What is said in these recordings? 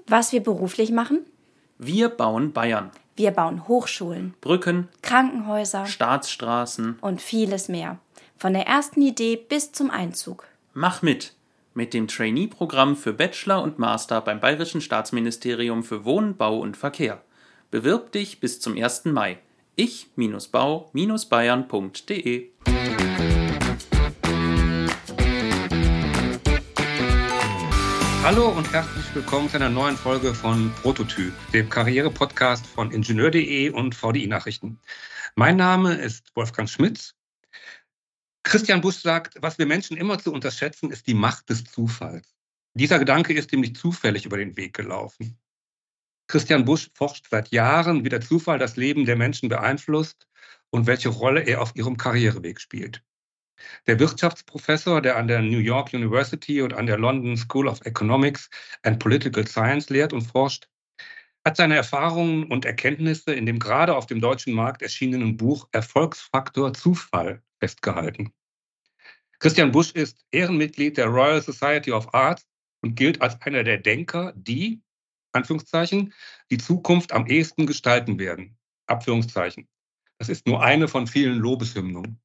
Was wir beruflich machen? Wir bauen Bayern. Wir bauen Hochschulen, Brücken, Krankenhäuser Staatsstraßen. und vieles mehr. Von der ersten Idee bis zum Einzug. Mach mit dem Trainee-Programm für Bachelor und Master beim Bayerischen Staatsministerium für Wohnen, Bau und Verkehr. Bewirb dich bis zum 1. Mai. ich-bau-bayern.de. Hallo und herzlich willkommen zu einer neuen Folge von Prototyp, dem Karriere-Podcast von Ingenieur.de und VDI Nachrichten. Mein Name ist Wolfgang Schmitz. Christian Busch sagt, was wir Menschen immer zu unterschätzen, ist die Macht des Zufalls. Dieser Gedanke ist ihm nicht zufällig über den Weg gelaufen. Christian Busch forscht seit Jahren, wie der Zufall das Leben der Menschen beeinflusst und welche Rolle er auf ihrem Karriereweg spielt. Der Wirtschaftsprofessor, der an der New York University und an der London School of Economics and Political Science lehrt und forscht, hat seine Erfahrungen und Erkenntnisse in dem gerade auf dem deutschen Markt erschienenen Buch Erfolgsfaktor Zufall festgehalten. Christian Busch ist Ehrenmitglied der Royal Society of Arts und gilt als einer der Denker, die, Anführungszeichen, die Zukunft am ehesten gestalten werden. Abführungszeichen. Das ist nur eine von vielen Lobeshymnen.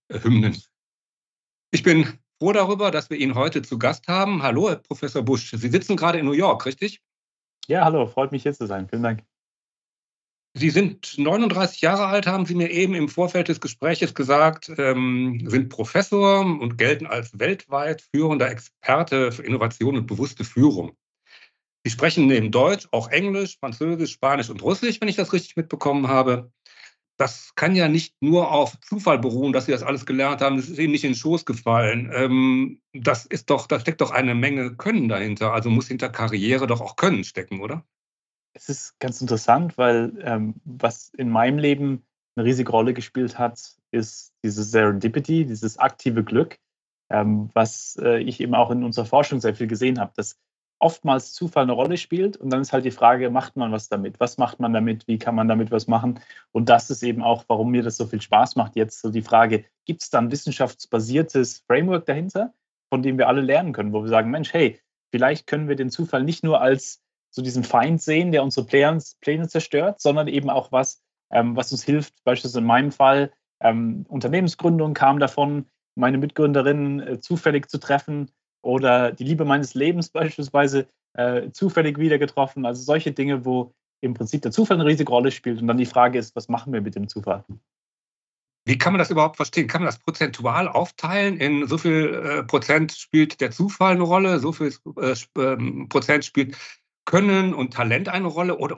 Ich bin froh darüber, dass wir ihn heute zu Gast haben. Hallo, Herr Professor Busch. Sie sitzen gerade in New York, richtig? Ja, hallo, freut mich hier zu sein. Vielen Dank. Sie sind 39 Jahre alt, haben Sie mir eben im Vorfeld des Gespräches gesagt, sind Professor und gelten als weltweit führender Experte für Innovation und bewusste Führung. Sie sprechen neben Deutsch auch Englisch, Französisch, Spanisch und Russisch, wenn ich das richtig mitbekommen habe. Das kann ja nicht nur auf Zufall beruhen, dass Sie das alles gelernt haben. Das ist Ihnen nicht in den Schoß gefallen. Da steckt doch eine Menge Können dahinter. Also muss hinter Karriere doch auch Können stecken, oder? Es ist ganz interessant, weil was in meinem Leben eine riesige Rolle gespielt hat, ist diese Serendipity, dieses aktive Glück, was ich eben auch in unserer Forschung sehr viel gesehen habe, dass oftmals Zufall eine Rolle spielt und dann ist halt die Frage, macht man was damit? Was macht man damit? Wie kann man damit was machen? Und das ist eben auch, warum mir das so viel Spaß macht, jetzt so die Frage, gibt es da ein wissenschaftsbasiertes Framework dahinter, von dem wir alle lernen können, wo wir sagen, Mensch, hey, vielleicht können wir den Zufall nicht nur als so diesen Feind sehen, der unsere Pläne zerstört, sondern eben auch was uns hilft, beispielsweise in meinem Fall, Unternehmensgründung kam davon, meine Mitgründerinnen zufällig zu treffen, oder die Liebe meines Lebens beispielsweise zufällig wieder getroffen. Also solche Dinge, wo im Prinzip der Zufall eine riesige Rolle spielt. Und dann die Frage ist, was machen wir mit dem Zufall? Wie kann man das überhaupt verstehen? Kann man das prozentual aufteilen? In so viel Prozent spielt der Zufall eine Rolle, so viel Prozent spielt Können und Talent eine Rolle? Oder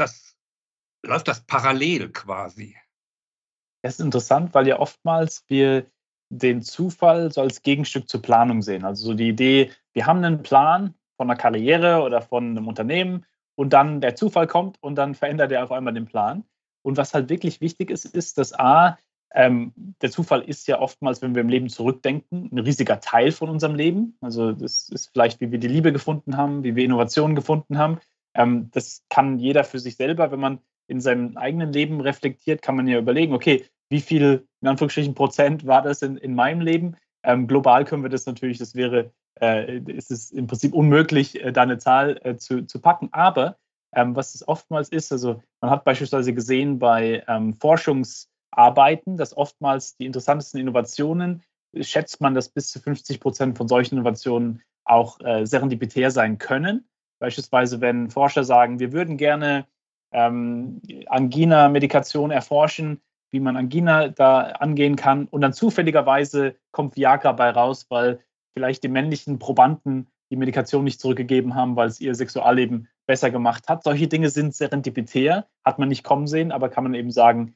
läuft das parallel quasi? Es ist interessant, weil ja oftmals wir den Zufall so als Gegenstück zur Planung sehen. Also so die Idee, wir haben einen Plan von einer Karriere oder von einem Unternehmen und dann der Zufall kommt und dann verändert er auf einmal den Plan. Und was halt wirklich wichtig ist, ist, dass der Zufall ist ja oftmals, wenn wir im Leben zurückdenken, ein riesiger Teil von unserem Leben. Also das ist vielleicht, wie wir die Liebe gefunden haben, wie wir Innovationen gefunden haben. Das kann jeder für sich selber, wenn man in seinem eigenen Leben reflektiert, kann man ja überlegen, okay, wie viel, in Anführungsstrichen, Prozent war das in meinem Leben? Global können wir das natürlich, ist es im Prinzip unmöglich, da eine Zahl zu packen. Aber was es oftmals ist, also man hat beispielsweise gesehen bei Forschungsarbeiten, dass oftmals die interessantesten Innovationen, schätzt man, dass bis zu 50% von solchen Innovationen auch serendipitär sein können. Beispielsweise, wenn Forscher sagen, wir würden gerne Angina-Medikation erforschen, wie man Angina da angehen kann. Und dann zufälligerweise kommt Viagra bei raus, weil vielleicht die männlichen Probanden die Medikation nicht zurückgegeben haben, weil es ihr Sexualleben besser gemacht hat. Solche Dinge sind serendipitär, hat man nicht kommen sehen, aber kann man eben sagen,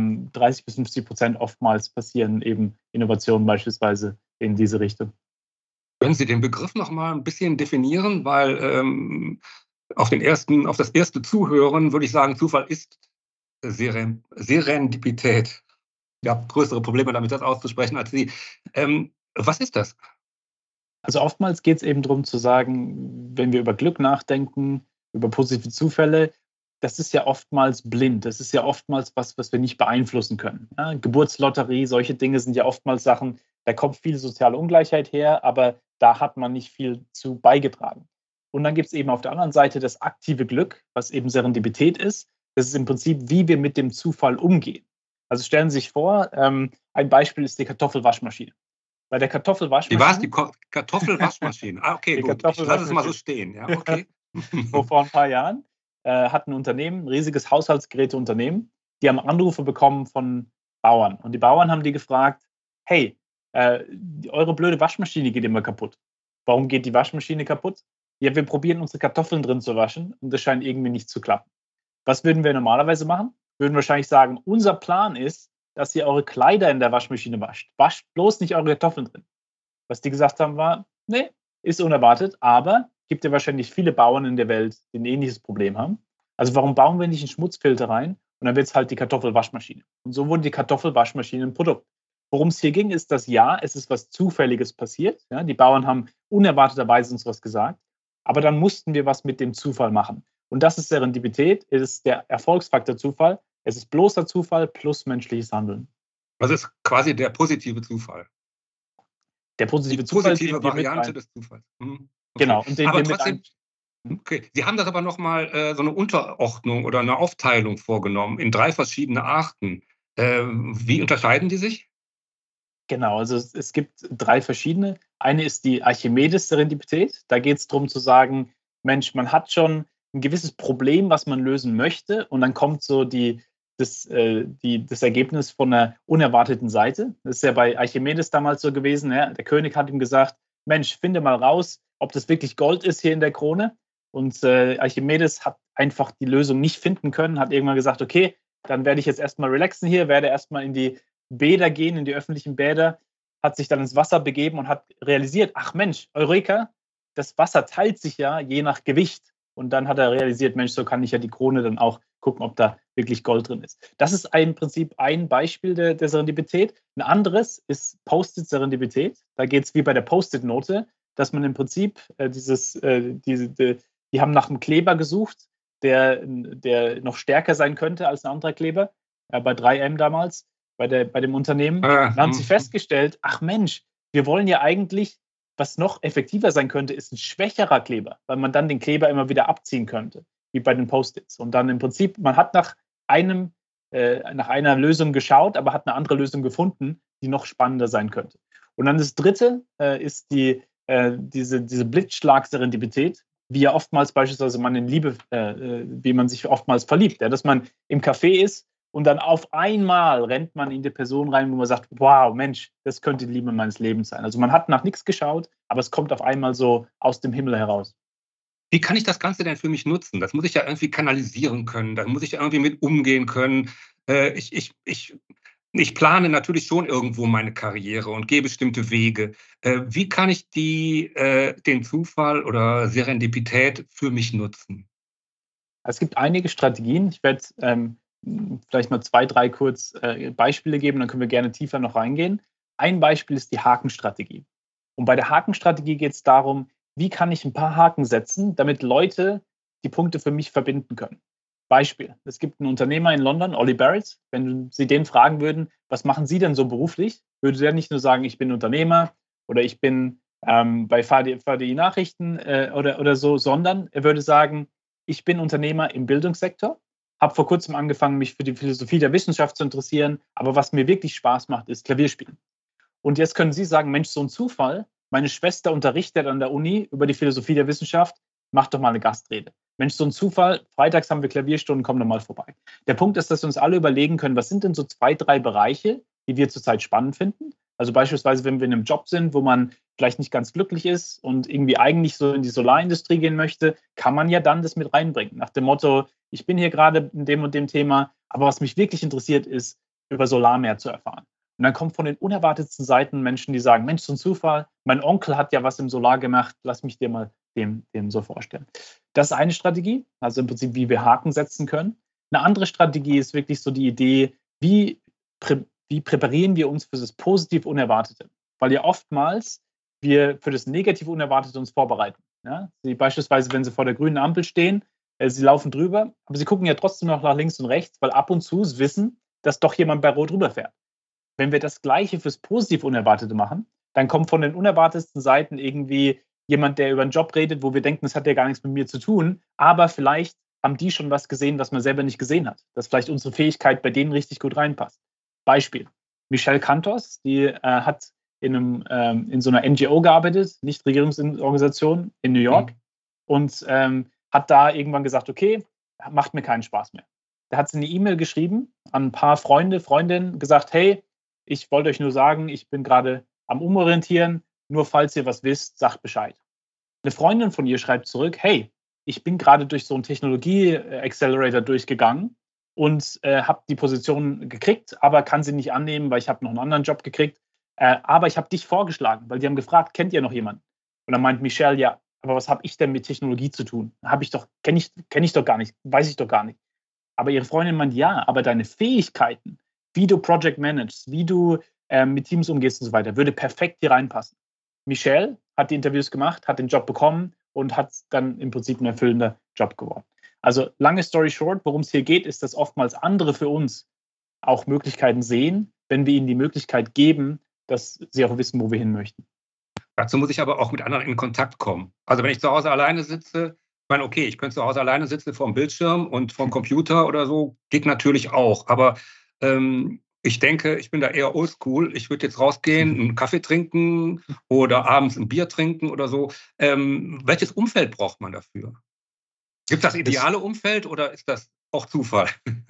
30-50% oftmals passieren eben Innovationen beispielsweise in diese Richtung. Können Sie den Begriff noch mal ein bisschen definieren? Weil auf das erste Zuhören würde ich sagen, Zufall ist Serendipität. Ich habe größere Probleme damit, das auszusprechen als Sie. Was ist das? Also oftmals geht es eben darum zu sagen, wenn wir über Glück nachdenken, über positive Zufälle, das ist ja oftmals blind. Das ist ja oftmals was wir nicht beeinflussen können. Ja, Geburtslotterie, solche Dinge sind ja oftmals Sachen, da kommt viel soziale Ungleichheit her, aber da hat man nicht viel zu beigetragen. Und dann gibt es eben auf der anderen Seite das aktive Glück, was eben Serendipität ist. Das ist im Prinzip, wie wir mit dem Zufall umgehen. Also stellen Sie sich vor, ein Beispiel ist die Kartoffelwaschmaschine. Bei der Kartoffelwaschmaschine. Die was? Die Kartoffelwaschmaschine. Okay, gut. Ich lasse es mal so stehen. Ja, okay. Vor ein paar Jahren hat ein Unternehmen, ein riesiges Haushaltsgeräteunternehmen, die haben Anrufe bekommen von Bauern. Und die Bauern haben die gefragt, hey, eure blöde Waschmaschine geht immer kaputt. Warum geht die Waschmaschine kaputt? Ja, wir probieren unsere Kartoffeln drin zu waschen und das scheint irgendwie nicht zu klappen. Was würden wir normalerweise machen? Wir würden wahrscheinlich sagen, unser Plan ist, dass ihr eure Kleider in der Waschmaschine wascht. Wascht bloß nicht eure Kartoffeln drin. Was die gesagt haben war, nee, ist unerwartet, aber gibt ja wahrscheinlich viele Bauern in der Welt, die ein ähnliches Problem haben. Also warum bauen wir nicht einen Schmutzfilter rein und dann wird es halt die Kartoffelwaschmaschine. Und so wurde die Kartoffelwaschmaschine ein Produkt. Worum es hier ging, ist, dass ja, es ist was Zufälliges passiert. Ja, die Bauern haben unerwarteterweise uns was gesagt, aber dann mussten wir was mit dem Zufall machen. Und das ist Serendipität, es ist der Erfolgsfaktor Zufall. Es ist bloßer Zufall plus menschliches Handeln. Das ist quasi der positive Zufall. Der positive Die Zufall. Positive Variante des Zufalls. Okay. Genau. Und den aber wir trotzdem, okay. Sie haben das aber nochmal so eine Unterordnung oder eine Aufteilung vorgenommen in 3 verschiedene Arten. Wie unterscheiden die sich? Genau, also es gibt 3 verschiedene. Eine ist die Archimedes-Serendipität. Da geht es darum zu sagen, Mensch, man hat schon ein gewisses Problem, was man lösen möchte und dann kommt so das Ergebnis von einer unerwarteten Seite. Das ist ja bei Archimedes damals so gewesen. Ja? Der König hat ihm gesagt, Mensch, finde mal raus, ob das wirklich Gold ist hier in der Krone. Und Archimedes hat einfach die Lösung nicht finden können, hat irgendwann gesagt, okay, dann werde ich jetzt erstmal relaxen hier, werde erstmal in die Bäder gehen, in die öffentlichen Bäder, hat sich dann ins Wasser begeben und hat realisiert, ach Mensch, Eureka, das Wasser teilt sich ja je nach Gewicht. Und dann hat er realisiert, Mensch, so kann ich ja die Krone dann auch gucken, ob da wirklich Gold drin ist. Das ist im Prinzip ein Beispiel der Serendipität. Ein anderes ist Post-it-Serendipität. Da geht es wie bei der Post-it-Note, dass man im Prinzip die haben nach einem Kleber gesucht, der noch stärker sein könnte als ein anderer Kleber, bei 3M damals, bei dem Unternehmen. Dann haben sie festgestellt, ach Mensch, wir wollen ja eigentlich, was noch effektiver sein könnte, ist ein schwächerer Kleber, weil man dann den Kleber immer wieder abziehen könnte, wie bei den Post-its. Und dann im Prinzip, man hat nach einer Lösung geschaut, aber hat eine andere Lösung gefunden, die noch spannender sein könnte. Und dann das Dritte ist diese Blitzschlag-Serendipität, wie ja oftmals beispielsweise man in Liebe, wie man sich oftmals verliebt, ja, dass man im Café ist und dann auf einmal rennt man in die Person rein, wo man sagt, wow, Mensch, das könnte die Liebe meines Lebens sein. Also man hat nach nichts geschaut, aber es kommt auf einmal so aus dem Himmel heraus. Wie kann ich das Ganze denn für mich nutzen? Das muss ich ja irgendwie kanalisieren können, da muss ich ja irgendwie mit umgehen können. Ich plane natürlich schon irgendwo meine Karriere und gehe bestimmte Wege. Wie kann ich den Zufall oder Serendipität für mich nutzen? Es gibt einige Strategien. Ich werde vielleicht mal 2, 3 kurz Beispiele geben, dann können wir gerne tiefer noch reingehen. Ein Beispiel ist die Hakenstrategie. Und bei der Hakenstrategie geht es darum, wie kann ich ein paar Haken setzen, damit Leute die Punkte für mich verbinden können. Beispiel, es gibt einen Unternehmer in London, Ollie Barrett. Wenn Sie den fragen würden, was machen Sie denn so beruflich, würde der nicht nur sagen, ich bin Unternehmer oder ich bin bei VDI Nachrichten oder so, sondern er würde sagen, ich bin Unternehmer im Bildungssektor, habe vor kurzem angefangen, mich für die Philosophie der Wissenschaft zu interessieren, aber was mir wirklich Spaß macht, ist Klavierspielen. Und jetzt können Sie sagen, Mensch, so ein Zufall, meine Schwester unterrichtet an der Uni über die Philosophie der Wissenschaft, mach doch mal eine Gastrede. Mensch, so ein Zufall, freitags haben wir Klavierstunden, komm doch mal vorbei. Der Punkt ist, dass wir uns alle überlegen können, was sind denn so 2, 3 Bereiche, die wir zurzeit spannend finden? Also beispielsweise, wenn wir in einem Job sind, wo man vielleicht nicht ganz glücklich ist und irgendwie eigentlich so in die Solarindustrie gehen möchte, kann man ja dann das mit reinbringen. Nach dem Motto, ich bin hier gerade in dem und dem Thema, aber was mich wirklich interessiert, ist, über Solar mehr zu erfahren. Und dann kommt von den unerwartetsten Seiten Menschen, die sagen, Mensch, so ein Zufall, mein Onkel hat ja was im Solar gemacht, lass mich dir mal dem so vorstellen. Das ist eine Strategie, also im Prinzip, wie wir Haken setzen können. Eine andere Strategie ist wirklich so die Idee, wie präparieren wir uns für das positiv Unerwartete? Weil ja oftmals wir für das negativ Unerwartete uns vorbereiten. Ja? Sie beispielsweise, wenn Sie vor der grünen Ampel stehen, Sie laufen drüber, aber Sie gucken ja trotzdem noch nach links und rechts, weil ab und zu wissen, dass doch jemand bei Rot rüberfährt. Wenn wir das Gleiche fürs positiv Unerwartete machen, dann kommt von den unerwartetsten Seiten irgendwie jemand, der über einen Job redet, wo wir denken, das hat ja gar nichts mit mir zu tun, aber vielleicht haben die schon was gesehen, was man selber nicht gesehen hat, dass vielleicht unsere Fähigkeit bei denen richtig gut reinpasst. Beispiel, Michelle Cantos, die hat in so einer NGO gearbeitet, Nichtregierungsorganisation in New York, und hat da irgendwann gesagt, okay, macht mir keinen Spaß mehr. Da hat sie eine E-Mail geschrieben an ein paar Freunde, Freundinnen, gesagt, hey, ich wollte euch nur sagen, ich bin gerade am Umorientieren, nur falls ihr was wisst, sagt Bescheid. Eine Freundin von ihr schreibt zurück, hey, ich bin gerade durch so einen Technologie-Accelerator durchgegangen und habe die Position gekriegt, aber kann sie nicht annehmen, weil ich habe noch einen anderen Job gekriegt. Aber ich habe dich vorgeschlagen, weil die haben gefragt, kennt ihr noch jemanden? Und dann meint Michelle, ja, aber was habe ich denn mit Technologie zu tun? Kenne ich doch gar nicht, weiß ich doch gar nicht. Aber ihre Freundin meint, ja, aber deine Fähigkeiten, wie du Project managst, wie du mit Teams umgehst und so weiter, würde perfekt hier reinpassen. Michelle hat die Interviews gemacht, hat den Job bekommen und hat dann im Prinzip ein erfüllender Job geworden. Also lange Story short, worum es hier geht, ist, dass oftmals andere für uns auch Möglichkeiten sehen, wenn wir ihnen die Möglichkeit geben, dass sie auch wissen, wo wir hin möchten. Dazu muss ich aber auch mit anderen in Kontakt kommen. Also wenn ich zu Hause alleine sitze, ich meine, okay, ich könnte zu Hause alleine sitzen vor dem Bildschirm und vom Computer oder so, geht natürlich auch. Aber ich denke, ich bin da eher oldschool. Ich würde jetzt rausgehen, einen Kaffee trinken oder abends ein Bier trinken oder so. Welches Umfeld braucht man dafür? Gibt es das ideale Umfeld oder ist das auch Zufall?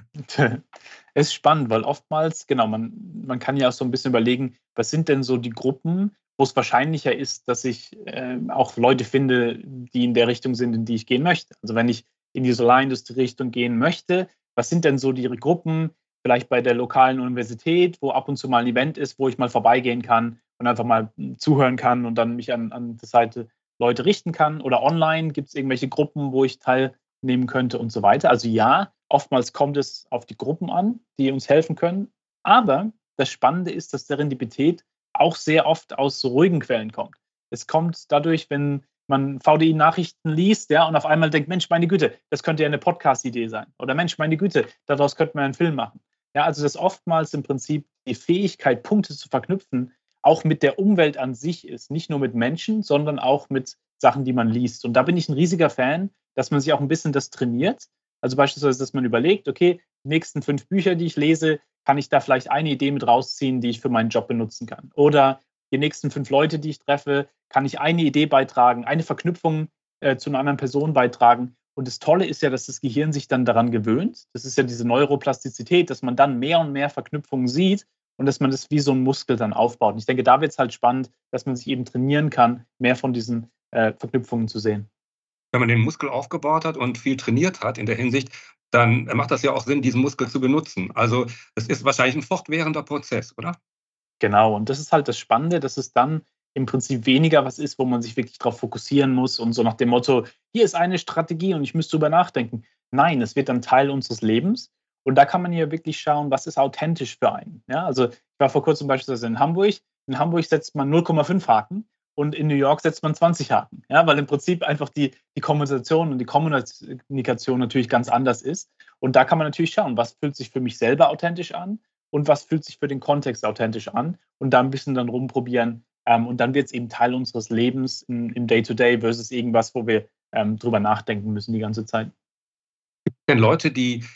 Es ist spannend, weil oftmals, genau, man kann ja auch so ein bisschen überlegen, was sind denn so die Gruppen, wo es wahrscheinlicher ist, dass ich auch Leute finde, die in der Richtung sind, in die ich gehen möchte. Also wenn ich in die Solarindustrie-Richtung gehen möchte, was sind denn so die Gruppen, vielleicht bei der lokalen Universität, wo ab und zu mal ein Event ist, wo ich mal vorbeigehen kann und einfach mal zuhören kann und dann mich an die Seite Leute richten kann. Oder online gibt es irgendwelche Gruppen, wo ich teilnehmen könnte und so weiter. Also ja, oftmals kommt es auf die Gruppen an, die uns helfen können. Aber das Spannende ist, dass Serendipität auch sehr oft aus so ruhigen Quellen kommt. Es kommt dadurch, wenn man VDI-Nachrichten liest, ja, und auf einmal denkt, Mensch, meine Güte, das könnte ja eine Podcast-Idee sein. Oder Mensch, meine Güte, daraus könnte man einen Film machen. Ja, also dass oftmals im Prinzip die Fähigkeit, Punkte zu verknüpfen, auch mit der Umwelt an sich ist. Nicht nur mit Menschen, sondern auch mit Sachen, die man liest. Und da bin ich ein riesiger Fan, dass man sich auch ein bisschen das trainiert. Also beispielsweise, dass man überlegt, okay, die nächsten 5 Bücher, die ich lese, kann ich da vielleicht eine Idee mit rausziehen, die ich für meinen Job benutzen kann. Oder die nächsten 5 Leute, die ich treffe, kann ich eine Idee beitragen, eine Verknüpfung zu einer anderen Person beitragen. Und das Tolle ist ja, dass das Gehirn sich dann daran gewöhnt. Das ist ja diese Neuroplastizität, dass man dann mehr und mehr Verknüpfungen sieht und dass man das wie so ein Muskel dann aufbaut. Und ich denke, da wird es halt spannend, dass man sich eben trainieren kann, mehr von diesen Verknüpfungen zu sehen. Wenn man den Muskel aufgebaut hat und viel trainiert hat in der Hinsicht, dann macht das ja auch Sinn, diesen Muskel zu benutzen. Also es ist wahrscheinlich ein fortwährender Prozess, oder? Genau, und das ist halt das Spannende, dass es dann im Prinzip weniger was ist, wo man sich wirklich darauf fokussieren muss und so nach dem Motto, hier ist eine Strategie und ich müsste drüber nachdenken. Nein, es wird dann Teil unseres Lebens und da kann man ja wirklich schauen, was ist authentisch für einen. Ja, also ich war vor kurzem beispielsweise in Hamburg. In Hamburg setzt man 0,5 Haken und in New York setzt man 20 Haken. Ja, weil im Prinzip einfach die Kommunikation und die Kommunikation natürlich ganz anders ist. Und da kann man natürlich schauen, was fühlt sich für mich selber authentisch an und was fühlt sich für den Kontext authentisch an und da ein bisschen dann rumprobieren. Und dann wird es eben Teil unseres Lebens im Day-to-Day versus irgendwas, wo wir drüber nachdenken müssen die ganze Zeit. Gibt es denn Leute, die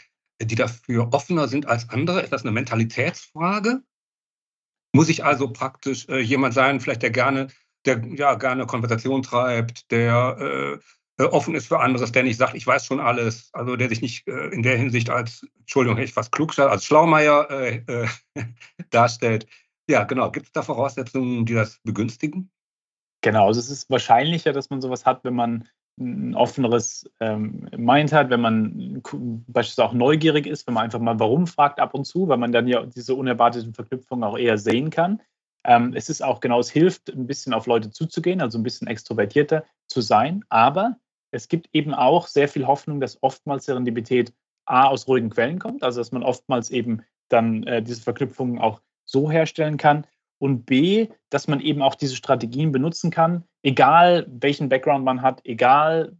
dafür offener sind als andere? Ist das eine Mentalitätsfrage? Muss ich also praktisch jemand sein, vielleicht der gerne Konversation treibt, der offen ist für anderes, der nicht sagt, ich weiß schon alles, also der sich nicht in der Hinsicht als, Entschuldigung, hätte ich fast Klugscheißer, als Schlaumeier darstellt. Ja, genau. Gibt es da Voraussetzungen, die das begünstigen? Genau, also es ist wahrscheinlicher, dass man sowas hat, wenn man ein offeneres Mind hat, wenn man beispielsweise auch neugierig ist, wenn man einfach mal warum fragt ab und zu, weil man dann ja diese unerwarteten Verknüpfungen auch eher sehen kann. Es ist auch genau, es hilft, ein bisschen auf Leute zuzugehen, also ein bisschen extrovertierter zu sein, aber es gibt eben auch sehr viel Hoffnung, dass oftmals Serendipität aus ruhigen Quellen kommt, also dass man oftmals eben dann diese Verknüpfungen auch so herstellen kann und B, dass man eben auch diese Strategien benutzen kann, egal welchen Background man hat, egal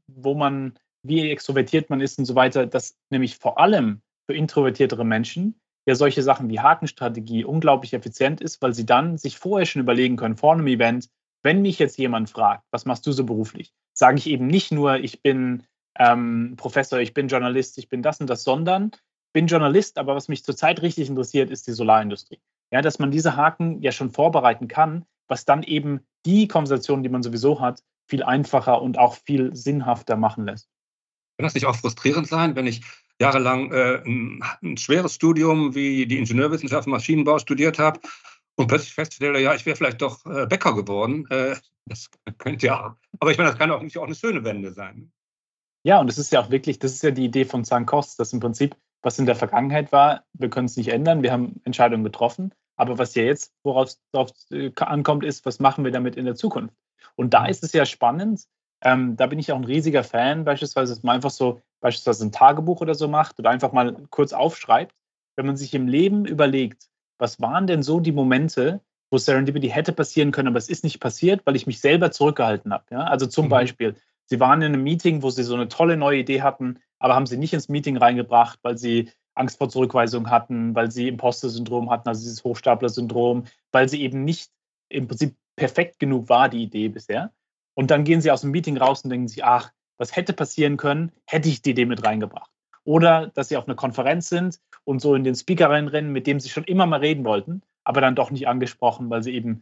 wie extrovertiert man ist und so weiter, dass nämlich vor allem für introvertiertere Menschen ja solche Sachen wie Hakenstrategie unglaublich effizient ist, weil sie dann sich vorher schon überlegen können, vor einem Event, wenn mich jetzt jemand fragt, was machst du so beruflich, sage ich eben nicht nur, ich bin Professor, ich bin Journalist, ich bin das und das, sondern ich bin Journalist, aber was mich zurzeit richtig interessiert, ist die Solarindustrie. Ja, dass man diese Haken ja schon vorbereiten kann, was dann eben die Konversation, die man sowieso hat, viel einfacher und auch viel sinnhafter machen lässt. Kann das nicht auch frustrierend sein, wenn ich jahrelang ein schweres Studium wie die Ingenieurwissenschaft, Maschinenbau studiert habe und plötzlich feststelle, ja, ich wäre vielleicht doch Bäcker geworden. Das könnte ja, aber ich meine, das kann auch nicht auch eine schöne Wende sein. Ja, und das ist ja auch wirklich, das ist ja die Idee von Sunk Cost, dass im Prinzip, was in der Vergangenheit war, wir können es nicht ändern, wir haben Entscheidungen getroffen, aber was ja jetzt, worauf es darauf ankommt, ist, was machen wir damit in der Zukunft? Und da ist es ja spannend, da bin ich auch ein riesiger Fan, beispielsweise, dass man einfach so beispielsweise ein Tagebuch oder so macht oder einfach mal kurz aufschreibt, wenn man sich im Leben überlegt, was waren denn so die Momente, wo Serendipity hätte passieren können, aber es ist nicht passiert, weil ich mich selber zurückgehalten habe. Ja? Also zum Beispiel, Sie waren in einem Meeting, wo Sie so eine tolle neue Idee hatten, aber haben sie nicht ins Meeting reingebracht, weil Sie Angst vor Zurückweisung hatten, weil Sie Imposter-Syndrom hatten, also dieses Hochstapler-Syndrom, weil sie eben nicht im Prinzip perfekt genug war, die Idee bisher. Und dann gehen Sie aus dem Meeting raus und denken sich, ach, was hätte passieren können, hätte ich die Idee mit reingebracht. Oder dass Sie auf einer Konferenz sind und so in den Speaker reinrennen, mit dem Sie schon immer mal reden wollten, aber dann doch nicht angesprochen, weil Sie eben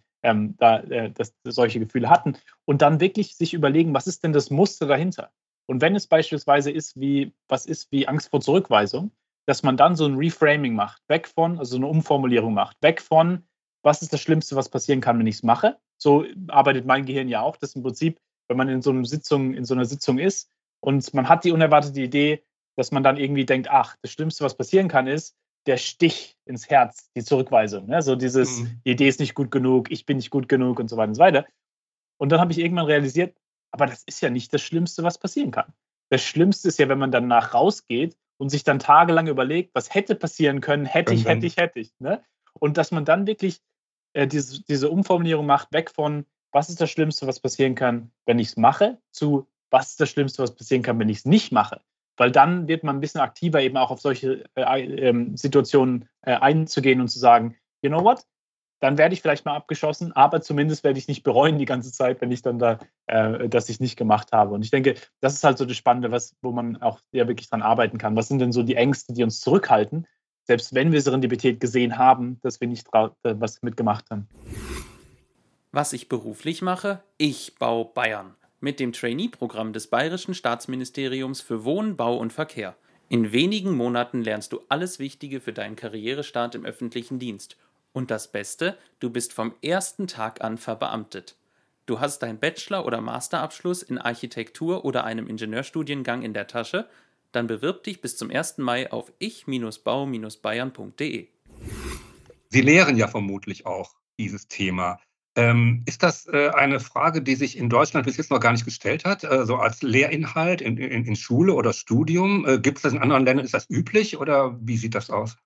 solche Gefühle hatten. Und dann wirklich sich überlegen, was ist denn das Muster dahinter? Und wenn es beispielsweise ist wie Angst vor Zurückweisung, dass man dann so ein Reframing macht, weg von, also eine Umformulierung macht, weg von, was ist das Schlimmste, was passieren kann, wenn ich es mache? So arbeitet mein Gehirn ja auch. Das ist im Prinzip, wenn man in so einer Sitzung ist und man hat die unerwartete Idee, dass man dann irgendwie denkt, ach, das Schlimmste, was passieren kann, ist der Stich ins Herz, die Zurückweisung. Ne? So dieses, die Idee ist nicht gut genug, ich bin nicht gut genug und so weiter und so weiter. Und dann habe ich irgendwann realisiert, aber das ist ja nicht das Schlimmste, was passieren kann. Das Schlimmste ist ja, wenn man danach rausgeht und sich dann tagelang überlegt, was hätte passieren können, hätte ich. Ne? Und dass man dann wirklich diese Umformulierung macht, weg von, was ist das Schlimmste, was passieren kann, wenn ich es mache, zu, was ist das Schlimmste, was passieren kann, wenn ich es nicht mache. Weil dann wird man ein bisschen aktiver, eben auch auf solche Situationen einzugehen und zu sagen, you know what, dann werde ich vielleicht mal abgeschossen, aber zumindest werde ich nicht bereuen die ganze Zeit, wenn ich dann dass ich es nicht gemacht habe. Und ich denke, das ist halt so das Spannende, wo man auch ja wirklich dran arbeiten kann. Was sind denn so die Ängste, die uns zurückhalten, selbst wenn wir Serendipität gesehen haben, dass wir nicht was mitgemacht haben? Was ich beruflich mache? Ich baue Bayern. Mit dem Trainee-Programm des Bayerischen Staatsministeriums für Wohnen, Bau und Verkehr. In wenigen Monaten lernst du alles Wichtige für deinen Karrierestart im öffentlichen Dienst. Und das Beste, du bist vom ersten Tag an verbeamtet. Du hast deinen Bachelor- oder Masterabschluss in Architektur oder einem Ingenieurstudiengang in der Tasche? Dann bewirb dich bis zum 1. Mai auf ich-bau-bayern.de. Sie lehren ja vermutlich auch dieses Thema. Ist das eine Frage, die sich in Deutschland bis jetzt noch gar nicht gestellt hat, so als Lehrinhalt in Schule oder Studium? Gibt es das in anderen Ländern? Ist das üblich oder wie sieht das aus?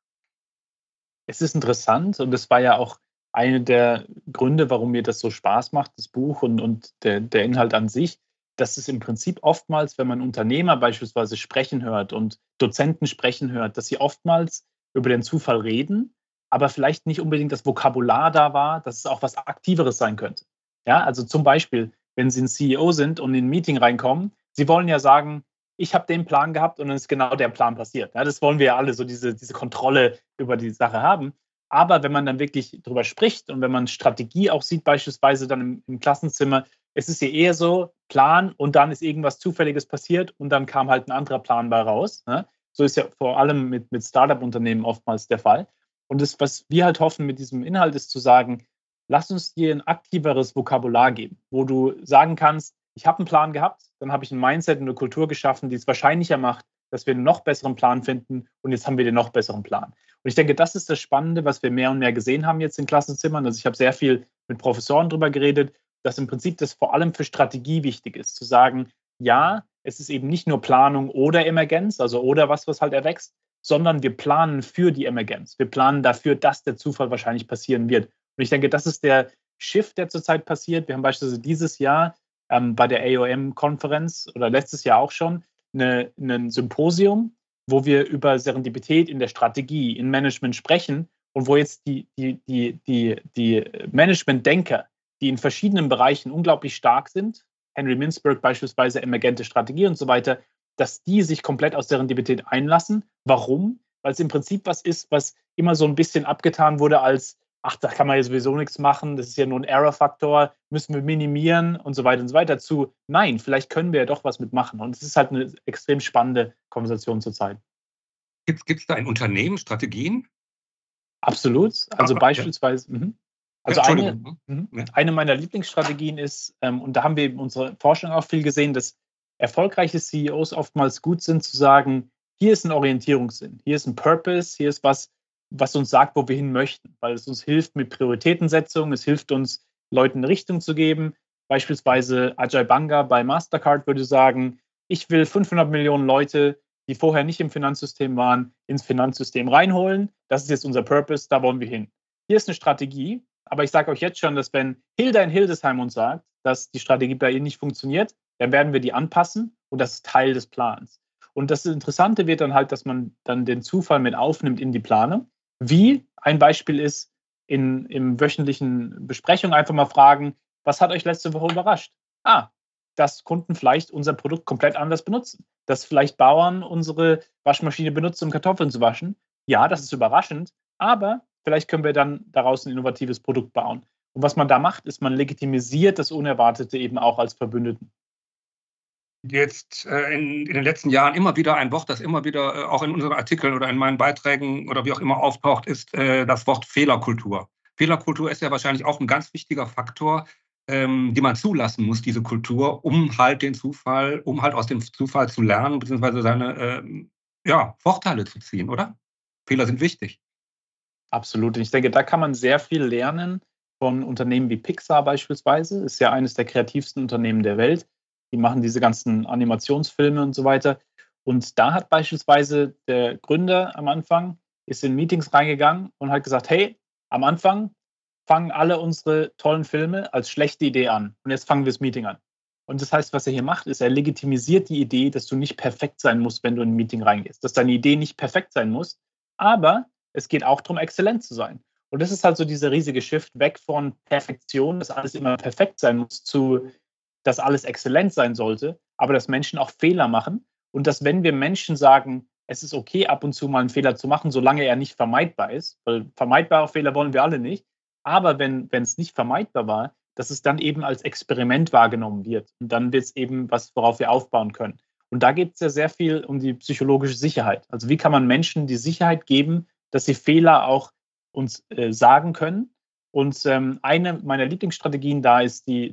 Es ist interessant und es war ja auch einer der Gründe, warum mir das so Spaß macht, das Buch und der Inhalt an sich, dass es im Prinzip oftmals, wenn man Unternehmer beispielsweise sprechen hört und Dozenten sprechen hört, dass sie oftmals über den Zufall reden, aber vielleicht nicht unbedingt das Vokabular da war, dass es auch was Aktiveres sein könnte. Ja, also zum Beispiel, wenn Sie ein CEO sind und in ein Meeting reinkommen, Sie wollen ja sagen, ich habe den Plan gehabt und dann ist genau der Plan passiert. Ja, das wollen wir ja alle, so diese Kontrolle über die Sache haben. Aber wenn man dann wirklich drüber spricht und wenn man Strategie auch sieht, beispielsweise dann im Klassenzimmer, es ist ja eher so, Plan und dann ist irgendwas Zufälliges passiert und dann kam halt ein anderer Plan bei raus. Ne? So ist ja vor allem mit Startup-Unternehmen oftmals der Fall. Und das, was wir halt hoffen mit diesem Inhalt, ist zu sagen, lass uns dir ein aktiveres Vokabular geben, wo du sagen kannst, ich habe einen Plan gehabt, dann habe ich ein Mindset und eine Kultur geschaffen, die es wahrscheinlicher macht, dass wir einen noch besseren Plan finden und jetzt haben wir den noch besseren Plan. Und ich denke, das ist das Spannende, was wir mehr und mehr gesehen haben jetzt in Klassenzimmern. Also ich habe sehr viel mit Professoren darüber geredet, dass im Prinzip das vor allem für Strategie wichtig ist, zu sagen, ja, es ist eben nicht nur Planung oder Emergenz, also oder was halt erwächst, sondern wir planen für die Emergenz. Wir planen dafür, dass der Zufall wahrscheinlich passieren wird. Und ich denke, das ist der Shift, der zurzeit passiert. Wir haben beispielsweise dieses Jahr bei der AOM-Konferenz oder letztes Jahr auch schon ein Symposium, wo wir über Serendipität in der Strategie, in Management sprechen und wo jetzt die Management-Denker die in verschiedenen Bereichen unglaublich stark sind, Henry Mintzberg beispielsweise, emergente Strategie und so weiter, dass die sich komplett aus Serendipität einlassen. Warum? Weil es im Prinzip was ist, was immer so ein bisschen abgetan wurde als, ach, da kann man ja sowieso nichts machen, das ist ja nur ein Error-Faktor, müssen wir minimieren und so weiter, zu, nein, vielleicht können wir ja doch was mitmachen. Und es ist halt eine extrem spannende Konversation zurzeit. Gibt es da in Unternehmen Strategien? Absolut. Also beispielsweise, also eine meiner Lieblingsstrategien ist, und da haben wir in unserer Forschung auch viel gesehen, dass erfolgreiche CEOs oftmals gut sind zu sagen, hier ist ein Orientierungssinn, hier ist ein Purpose, hier ist was uns sagt, wo wir hin möchten, weil es uns hilft mit Prioritätensetzung, es hilft uns, Leuten eine Richtung zu geben. Beispielsweise Ajay Banga bei Mastercard würde sagen, ich will 500 Millionen Leute, die vorher nicht im Finanzsystem waren, ins Finanzsystem reinholen. Das ist jetzt unser Purpose, da wollen wir hin. Hier ist eine Strategie, aber ich sage euch jetzt schon, dass wenn Hilda in Hildesheim uns sagt, dass die Strategie bei ihr nicht funktioniert, dann werden wir die anpassen und das ist Teil des Plans. Und das Interessante wird dann halt, dass man dann den Zufall mit aufnimmt in die Planung. Wie ein Beispiel ist, im wöchentlichen Besprechung einfach mal fragen, was hat euch letzte Woche überrascht? Dass Kunden vielleicht unser Produkt komplett anders benutzen. Dass vielleicht Bauern unsere Waschmaschine benutzen, um Kartoffeln zu waschen. Ja, das ist überraschend, aber vielleicht können wir dann daraus ein innovatives Produkt bauen. Und was man da macht, ist, man legitimisiert das Unerwartete eben auch als Verbündeten. Jetzt in den letzten Jahren immer wieder ein Wort, das immer wieder auch in unseren Artikeln oder in meinen Beiträgen oder wie auch immer auftaucht, ist das Wort Fehlerkultur. Fehlerkultur ist ja wahrscheinlich auch ein ganz wichtiger Faktor, die man zulassen muss, diese Kultur, um halt aus dem Zufall zu lernen, beziehungsweise seine Vorteile zu ziehen, oder? Fehler sind wichtig. Absolut. Ich denke, da kann man sehr viel lernen von Unternehmen wie Pixar beispielsweise. Ist ja eines der kreativsten Unternehmen der Welt. Die machen diese ganzen Animationsfilme und so weiter. Und da hat beispielsweise der Gründer am Anfang, ist in Meetings reingegangen und hat gesagt, hey, am Anfang fangen alle unsere tollen Filme als schlechte Idee an. Und jetzt fangen wir das Meeting an. Und das heißt, was er hier macht, ist, er legitimisiert die Idee, dass du nicht perfekt sein musst, wenn du in ein Meeting reingehst. Dass deine Idee nicht perfekt sein muss, aber es geht auch darum, exzellent zu sein. Und das ist halt so dieser riesige Shift weg von Perfektion, dass alles immer perfekt sein muss, zu dass alles exzellent sein sollte, aber dass Menschen auch Fehler machen und dass, wenn wir Menschen sagen, es ist okay, ab und zu mal einen Fehler zu machen, solange er nicht vermeidbar ist, weil vermeidbare Fehler wollen wir alle nicht, aber wenn es nicht vermeidbar war, dass es dann eben als Experiment wahrgenommen wird und dann wird es eben was, worauf wir aufbauen können. Und da geht es ja sehr viel um die psychologische Sicherheit. Also wie kann man Menschen die Sicherheit geben, dass sie Fehler auch uns sagen können. Und eine meiner Lieblingsstrategien da ist die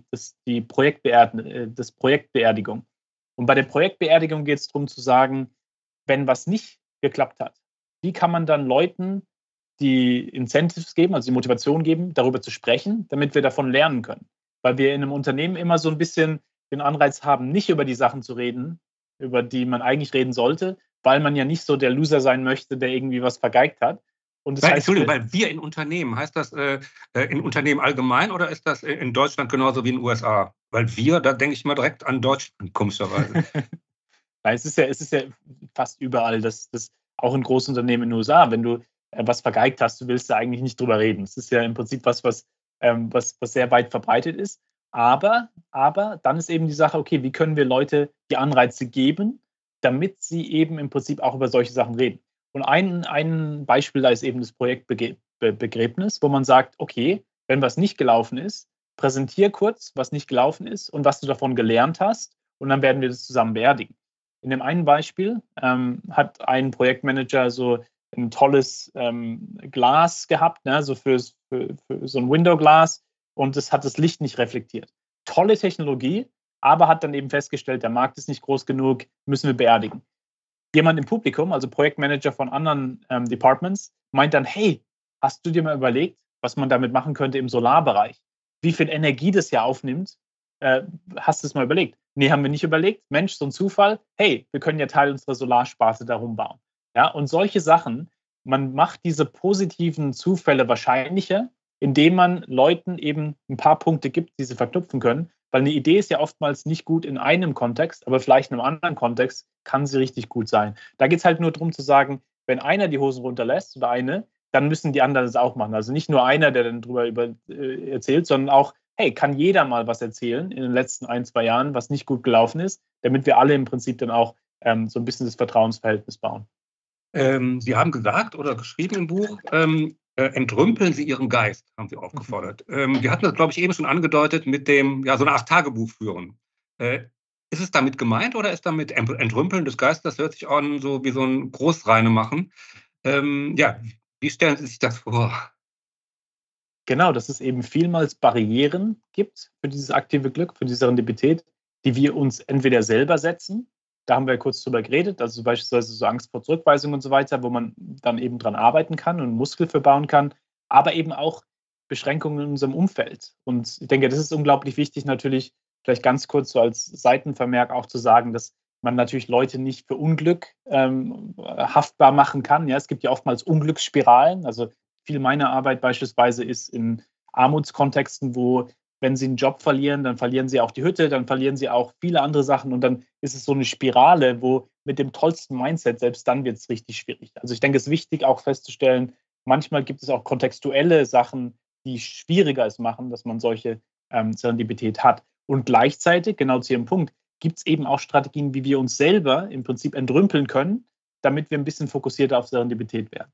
Projektbeerdigung. Und bei der Projektbeerdigung geht es darum zu sagen, wenn was nicht geklappt hat, wie kann man dann Leuten die Incentives geben, also die Motivation geben, darüber zu sprechen, damit wir davon lernen können. Weil wir in einem Unternehmen immer so ein bisschen den Anreiz haben, nicht über die Sachen zu reden, über die man eigentlich reden sollte, weil man ja nicht so der Loser sein möchte, der irgendwie was vergeigt hat. Und das Entschuldigung, weil wir in Unternehmen, heißt das in Unternehmen allgemein oder ist das in Deutschland genauso wie in den USA? Weil wir, da denke ich mal direkt an Deutschland, komischerweise. Es ist ja fast überall, das auch in großen Unternehmen in den USA, wenn du was vergeigt hast, du willst da eigentlich nicht drüber reden. Es ist ja im Prinzip was sehr weit verbreitet ist. Aber dann ist eben die Sache, okay, wie können wir Leute die Anreize geben, damit sie eben im Prinzip auch über solche Sachen reden. Und ein Beispiel da ist eben das Projektbegräbnis, wo man sagt, okay, wenn was nicht gelaufen ist, präsentier kurz, was nicht gelaufen ist und was du davon gelernt hast und dann werden wir das zusammen beerdigen. In dem einen Beispiel hat ein Projektmanager so ein tolles Glas gehabt, ne, so für so ein Window-Glas und das hat das Licht nicht reflektiert. Tolle Technologie, aber hat dann eben festgestellt, der Markt ist nicht groß genug, müssen wir beerdigen. Jemand im Publikum, also Projektmanager von anderen Departments, meint dann, hey, hast du dir mal überlegt, was man damit machen könnte im Solarbereich? Wie viel Energie das ja aufnimmt? Hast du es mal überlegt? Nee, haben wir nicht überlegt. Mensch, so ein Zufall. Hey, wir können ja Teil unserer Solarsparte darum bauen. Ja, und solche Sachen, man macht diese positiven Zufälle wahrscheinlicher, indem man Leuten eben ein paar Punkte gibt, die sie verknüpfen können. Weil eine Idee ist ja oftmals nicht gut in einem Kontext, aber vielleicht in einem anderen Kontext kann sie richtig gut sein. Da geht es halt nur darum zu sagen, wenn einer die Hosen runterlässt oder eine, dann müssen die anderen das auch machen. Also nicht nur einer, der dann drüber erzählt, sondern auch hey, kann jeder mal was erzählen in den letzten 1-2 Jahren, was nicht gut gelaufen ist, damit wir alle im Prinzip dann auch so ein bisschen das Vertrauensverhältnis bauen. Sie haben gesagt oder geschrieben im Buch, entrümpeln Sie Ihren Geist, haben Sie aufgefordert. Wir hatten das, glaube ich, eben schon angedeutet mit dem, so eine Art Tagebuch führen. Ist es damit gemeint oder ist damit Entrümpeln des Geistes, das hört sich an so wie so ein Großreine machen. Wie stellen Sie sich das vor? Genau, dass es eben vielmals Barrieren gibt für dieses aktive Glück, für die Serendipität, die wir uns entweder selber setzen, da haben wir ja kurz drüber geredet, also beispielsweise so Angst vor Zurückweisung und so weiter, wo man dann eben dran arbeiten kann und einen Muskel für bauen kann, aber eben auch Beschränkungen in unserem Umfeld. Und ich denke, das ist unglaublich wichtig, natürlich vielleicht ganz kurz so als Seitenvermerk auch zu sagen, dass man natürlich Leute nicht für Unglück haftbar machen kann. Ja, es gibt ja oftmals Unglücksspiralen. Also viel meiner Arbeit beispielsweise ist in Armutskontexten, wo, wenn sie einen Job verlieren, dann verlieren sie auch die Hütte, dann verlieren sie auch viele andere Sachen und dann ist es so eine Spirale, wo mit dem tollsten Mindset, selbst dann wird es richtig schwierig. Also ich denke, es ist wichtig auch festzustellen, manchmal gibt es auch kontextuelle Sachen, die schwieriger es machen, dass man solche Serendipität hat. Und gleichzeitig, genau zu Ihrem Punkt, gibt es eben auch Strategien, wie wir uns selber im Prinzip entrümpeln können, damit wir ein bisschen fokussierter auf Serendipität werden.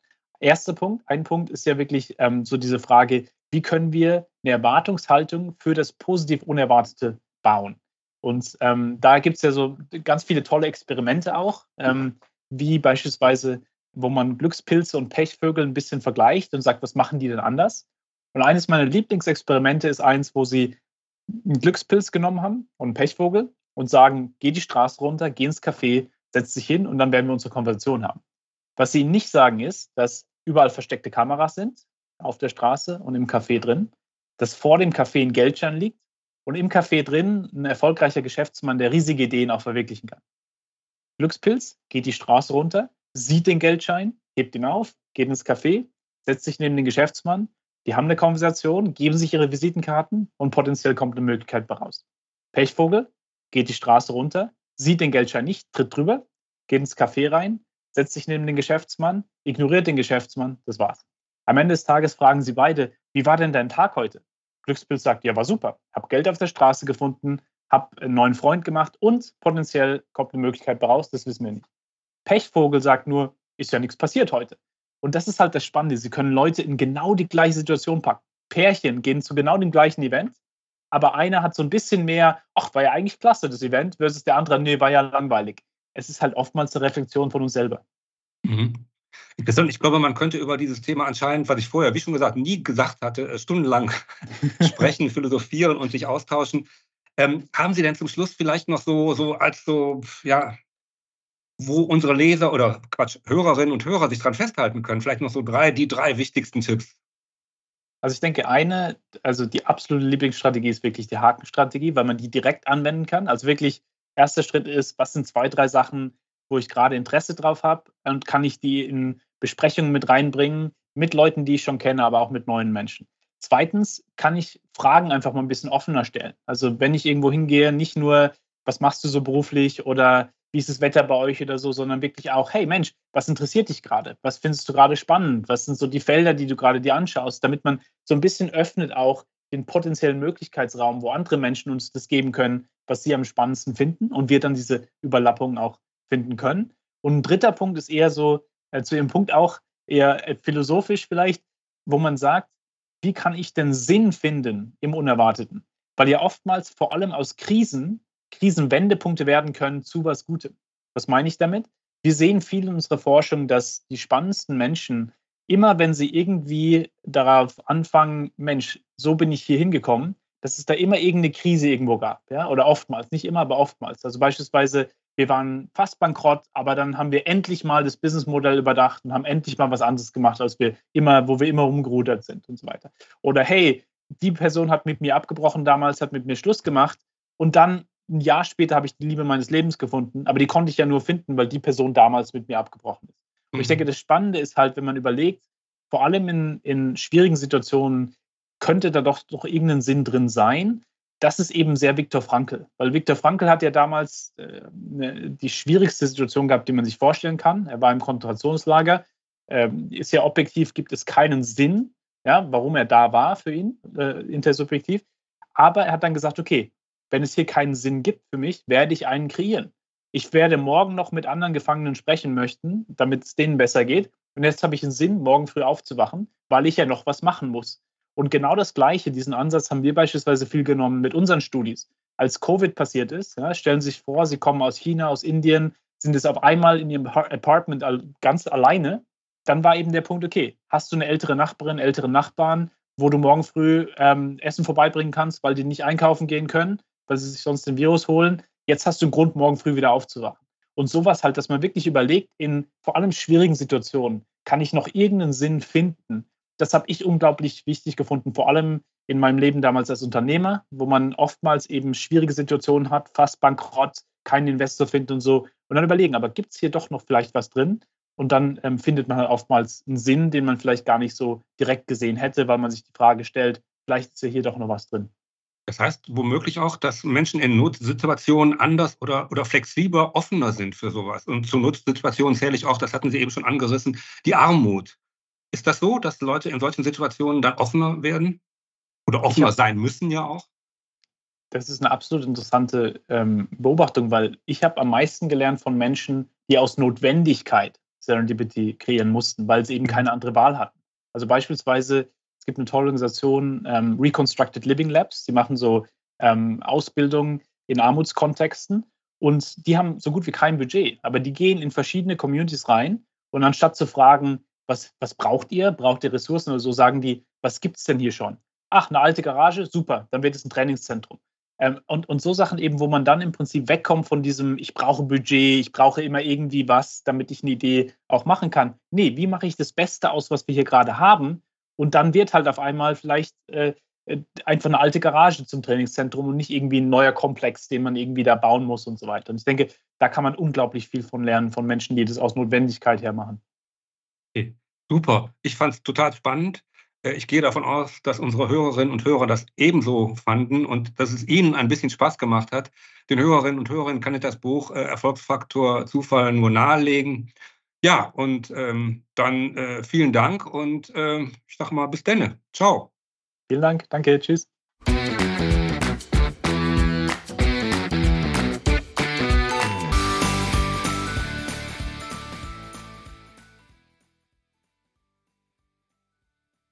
Ein Punkt ist ja wirklich so diese Frage, wie können wir eine Erwartungshaltung für das positiv Unerwartete bauen? Und da gibt es ja so ganz viele tolle Experimente auch, wie beispielsweise, wo man Glückspilze und Pechvögel ein bisschen vergleicht und sagt, was machen die denn anders? Und eines meiner Lieblingsexperimente ist eins, wo sie einen Glückspilz genommen haben und einen Pechvogel und sagen, geh die Straße runter, geh ins Café, setz dich hin und dann werden wir unsere Konversation haben. Was sie nicht sagen ist, dass überall versteckte Kameras sind, auf der Straße und im Café drin, dass vor dem Café ein Geldschein liegt und im Café drin ein erfolgreicher Geschäftsmann, der riesige Ideen auch verwirklichen kann. Glückspilz geht die Straße runter, sieht den Geldschein, hebt ihn auf, geht ins Café, setzt sich neben den Geschäftsmann, die haben eine Konversation, geben sich ihre Visitenkarten und potenziell kommt eine Möglichkeit raus. Pechvogel geht die Straße runter, sieht den Geldschein nicht, tritt drüber, geht ins Café rein, setzt sich neben den Geschäftsmann, ignoriert den Geschäftsmann, das war's. Am Ende des Tages fragen sie beide, wie war denn dein Tag heute? Glückspilz sagt, ja, war super. Hab Geld auf der Straße gefunden, hab einen neuen Freund gemacht und potenziell kommt eine Möglichkeit raus, das wissen wir nicht. Pechvogel sagt nur, ist ja nichts passiert heute. Und das ist halt das Spannende. Sie können Leute in genau die gleiche Situation packen. Pärchen gehen zu genau dem gleichen Event, aber einer hat so ein bisschen mehr, ach, war ja eigentlich klasse, das Event, versus der andere, nee, war ja langweilig. Es ist halt oftmals eine Reflexion von uns selber. Mhm. Ich glaube, man könnte über dieses Thema anscheinend, was ich vorher, wie schon gesagt, nie gesagt hatte, stundenlang sprechen, philosophieren und sich austauschen. Haben Sie denn zum Schluss vielleicht noch wo unsere Leser oder Hörerinnen und Hörer sich dran festhalten können, vielleicht noch so die drei wichtigsten Tipps? Also ich denke, die absolute Lieblingsstrategie ist wirklich die Hakenstrategie, weil man die direkt anwenden kann. Also wirklich, erster Schritt ist, was sind 2, 3 Sachen, wo ich gerade Interesse drauf habe und kann ich die in Besprechungen mit reinbringen, mit Leuten, die ich schon kenne, aber auch mit neuen Menschen. Zweitens kann ich Fragen einfach mal ein bisschen offener stellen. Also wenn ich irgendwo hingehe, nicht nur, was machst du so beruflich oder wie ist das Wetter bei euch oder so, sondern wirklich auch, hey Mensch, was interessiert dich gerade? Was findest du gerade spannend? Was sind so die Felder, die du gerade dir anschaust, damit man so ein bisschen öffnet auch den potenziellen Möglichkeitsraum, wo andere Menschen uns das geben können, was sie am spannendsten finden und wir dann diese Überlappungen auch finden können. Und ein dritter Punkt ist eher so, zu Ihrem Punkt auch eher philosophisch vielleicht, wo man sagt, wie kann ich denn Sinn finden im Unerwarteten? Weil ja oftmals vor allem aus Krisen Wendepunkte werden können zu was Gutem. Was meine ich damit? Wir sehen viel in unserer Forschung, dass die spannendsten Menschen immer, wenn sie irgendwie darauf anfangen, Mensch, so bin ich hier hingekommen, dass es da immer irgendeine Krise irgendwo gab. Ja? Oder oftmals, nicht immer, aber oftmals. Also beispielsweise, wir waren fast bankrott, aber dann haben wir endlich mal das Businessmodell überdacht und haben endlich mal was anderes gemacht, wo wir immer rumgerudert sind und so weiter. Oder hey, die Person hat mit mir abgebrochen damals, hat mit mir Schluss gemacht und dann ein Jahr später habe ich die Liebe meines Lebens gefunden, aber die konnte ich ja nur finden, weil die Person damals mit mir abgebrochen ist. Und ich denke, das Spannende ist halt, wenn man überlegt, vor allem in schwierigen Situationen könnte da doch irgendein Sinn drin sein. Das ist eben sehr Viktor Frankl, weil Viktor Frankl hat ja damals die schwierigste Situation gehabt, die man sich vorstellen kann. Er war im Konzentrationslager, ist ja objektiv, gibt es keinen Sinn, ja, warum er da war für ihn, intersubjektiv. Aber er hat dann gesagt, okay, wenn es hier keinen Sinn gibt für mich, werde ich einen kreieren. Ich werde morgen noch mit anderen Gefangenen sprechen möchten, damit es denen besser geht. Und jetzt habe ich einen Sinn, morgen früh aufzuwachen, weil ich ja noch was machen muss. Und genau das Gleiche, diesen Ansatz haben wir beispielsweise viel genommen mit unseren Studis. Als Covid passiert ist, ja, stellen Sie sich vor, Sie kommen aus China, aus Indien, sind es auf einmal in Ihrem Apartment ganz alleine. Dann war eben der Punkt, okay, hast du eine ältere Nachbarin, ältere Nachbarn, wo du morgen früh Essen vorbeibringen kannst, weil die nicht einkaufen gehen können, weil sie sich sonst den Virus holen. Jetzt hast du einen Grund, morgen früh wieder aufzuwachen. Und sowas halt, dass man wirklich überlegt, in vor allem schwierigen Situationen, kann ich noch irgendeinen Sinn finden? Das habe ich unglaublich wichtig gefunden, vor allem in meinem Leben damals als Unternehmer, wo man oftmals eben schwierige Situationen hat, fast bankrott, keinen Investor findet und so. Und dann überlegen, aber gibt es hier doch noch vielleicht was drin? Und dann findet man halt oftmals einen Sinn, den man vielleicht gar nicht so direkt gesehen hätte, weil man sich die Frage stellt, vielleicht ist ja hier doch noch was drin. Das heißt womöglich auch, dass Menschen in Notsituationen anders oder flexibler, offener sind für sowas. Und zu Notsituationen zähle ich auch, das hatten Sie eben schon angerissen, die Armut. Ist das so, dass Leute in solchen Situationen dann offener werden? Oder offener sein müssen ja auch? Das ist eine absolut interessante Beobachtung, weil ich habe am meisten gelernt von Menschen, die aus Notwendigkeit Serendipity kreieren mussten, weil sie eben keine andere Wahl hatten. Also beispielsweise, es gibt eine tolle Organisation, Reconstructed Living Labs, die machen so Ausbildung in Armutskontexten und die haben so gut wie kein Budget, aber die gehen in verschiedene Communities rein und anstatt zu fragen, was braucht ihr? Braucht ihr Ressourcen oder so, sagen die, was gibt es denn hier schon? Ach, eine alte Garage, super, dann wird es ein Trainingszentrum. Und so Sachen eben, wo man dann im Prinzip wegkommt von diesem, ich brauche Budget, ich brauche immer irgendwie was, damit ich eine Idee auch machen kann. Nee, wie mache ich das Beste aus, was wir hier gerade haben? Und dann wird halt auf einmal vielleicht einfach eine alte Garage zum Trainingszentrum und nicht irgendwie ein neuer Komplex, den man irgendwie da bauen muss und so weiter. Und ich denke, da kann man unglaublich viel von lernen, von Menschen, die das aus Notwendigkeit her machen. Okay, super. Ich fand es total spannend. Ich gehe davon aus, dass unsere Hörerinnen und Hörer das ebenso fanden und dass es ihnen ein bisschen Spaß gemacht hat. Den Hörerinnen und Hörern kann ich das Buch Erfolgsfaktor Zufall nur nahelegen. Ja, und dann vielen Dank und ich sage mal bis denne. Ciao. Vielen Dank, danke, tschüss.